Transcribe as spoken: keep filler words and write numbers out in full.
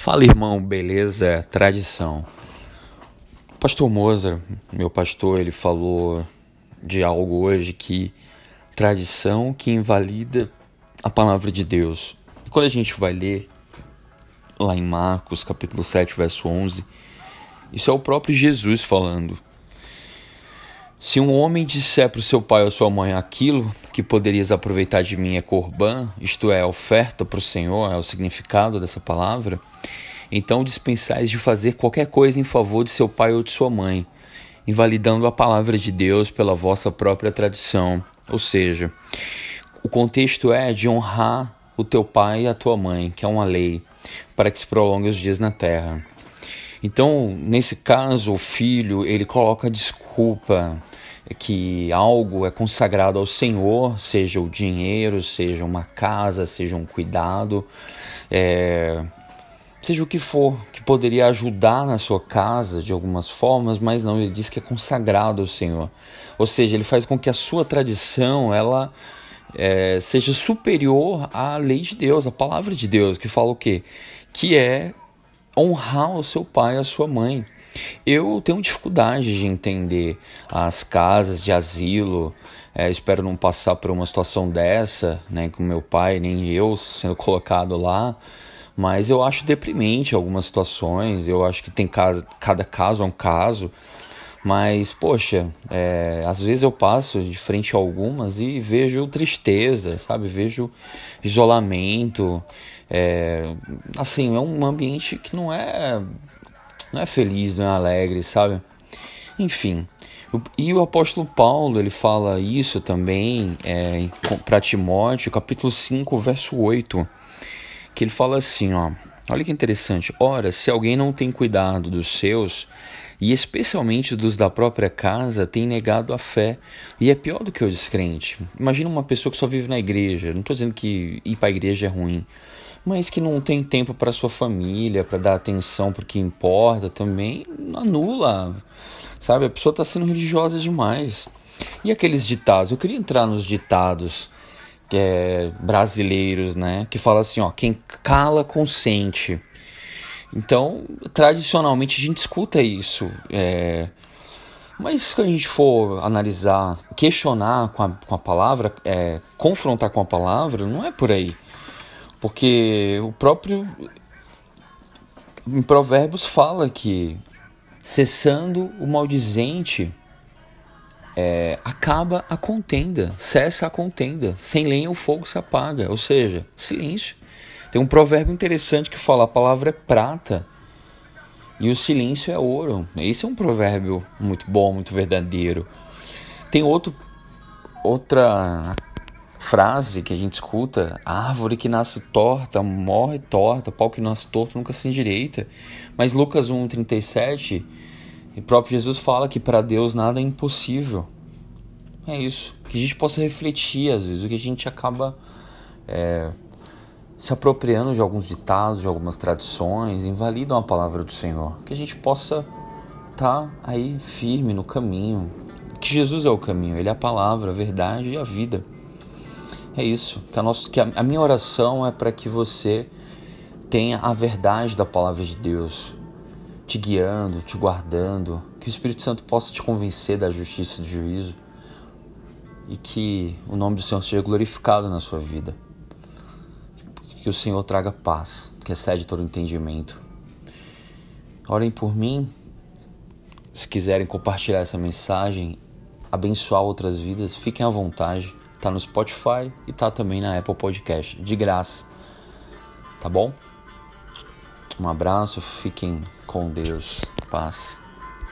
Fala, irmão, beleza? Tradição. O pastor Mozart, meu pastor, ele falou de algo hoje que tradição que invalida a palavra de Deus. E quando a gente vai ler lá em Marcos, capítulo sete, verso onze, isso é o próprio Jesus falando. Se um homem disser para o seu pai ou sua mãe aquilo que poderias aproveitar de mim é corbã, isto é, a oferta para o Senhor, é o significado dessa palavra, então dispensais de fazer qualquer coisa em favor de seu pai ou de sua mãe, invalidando a palavra de Deus pela vossa própria tradição. Ou seja, o contexto é de honrar o teu pai e a tua mãe, que é uma lei, para que se prolongue os dias na terra. Então, nesse caso, o filho, ele coloca a desculpa que algo é consagrado ao Senhor, seja o dinheiro, seja uma casa, seja um cuidado, é, seja o que for, que poderia ajudar na sua casa de algumas formas, mas não, ele diz que é consagrado ao Senhor. Ou seja, ele faz com que a sua tradição, ela é, seja superior à lei de Deus, à palavra de Deus, que fala o quê? Que é honrar o seu pai e a sua mãe. Eu tenho dificuldade de entender as casas de asilo, é, espero não passar por uma situação dessa, né, com meu pai, nem eu sendo colocado lá, mas eu acho deprimente algumas situações, eu acho que tem casa, cada caso é um caso, mas, poxa, é, às vezes eu passo de frente a algumas e vejo tristeza, sabe, vejo isolamento, é, assim, é um ambiente que não é... não é feliz, não é alegre, sabe? Enfim, e o apóstolo Paulo, ele fala isso também é, para Timóteo, capítulo cinco, verso oito, que ele fala assim, ó, olha que interessante, ora, se alguém não tem cuidado dos seus, e especialmente dos da própria casa, tem negado a fé, e é pior do que o descrente. Imagina uma pessoa que só vive na igreja, não estou dizendo que ir para a igreja é ruim, mas que não tem tempo para sua família, para dar atenção para o que importa também, anula, sabe? A pessoa está sendo religiosa demais. E aqueles ditados? Eu queria entrar nos ditados que é, brasileiros, né? Que fala assim, ó, quem cala consente. Então, tradicionalmente a gente escuta isso, é... mas se a gente for analisar, questionar com a, com a palavra, é, confrontar com a palavra, não é por aí. Porque o próprio em Provérbios fala que cessando o maldizente é, acaba a contenda, cessa a contenda, sem lenha o fogo se apaga, ou seja, silêncio. Tem um provérbio interessante que fala, a palavra é prata e o silêncio é ouro. Esse é um provérbio muito bom, muito verdadeiro. Tem outro, outra... frase que a gente escuta, árvore que nasce torta, morre torta, pau que nasce torto nunca se endireita. Mas Lucas um, trinta e sete, o próprio Jesus fala que para Deus nada é impossível. É isso, que a gente possa refletir às vezes, o que a gente acaba é, se apropriando de alguns ditados, de algumas tradições, invalidam a palavra do Senhor. Que a gente possa estar tá aí firme no caminho, que Jesus é o caminho, Ele é a palavra, a verdade e a vida. É isso, que, a, nossa, que a, a minha oração é para que você tenha a verdade da palavra de Deus, te guiando, te guardando, que o Espírito Santo possa te convencer da justiça e do juízo e que o nome do Senhor seja glorificado na sua vida. Que o Senhor traga paz, que excede todo entendimento. Orem por mim, se quiserem compartilhar essa mensagem, abençoar outras vidas, fiquem à vontade. Tá no Spotify e tá também na Apple Podcast, de graça, tá bom? Um abraço, fiquem com Deus, paz.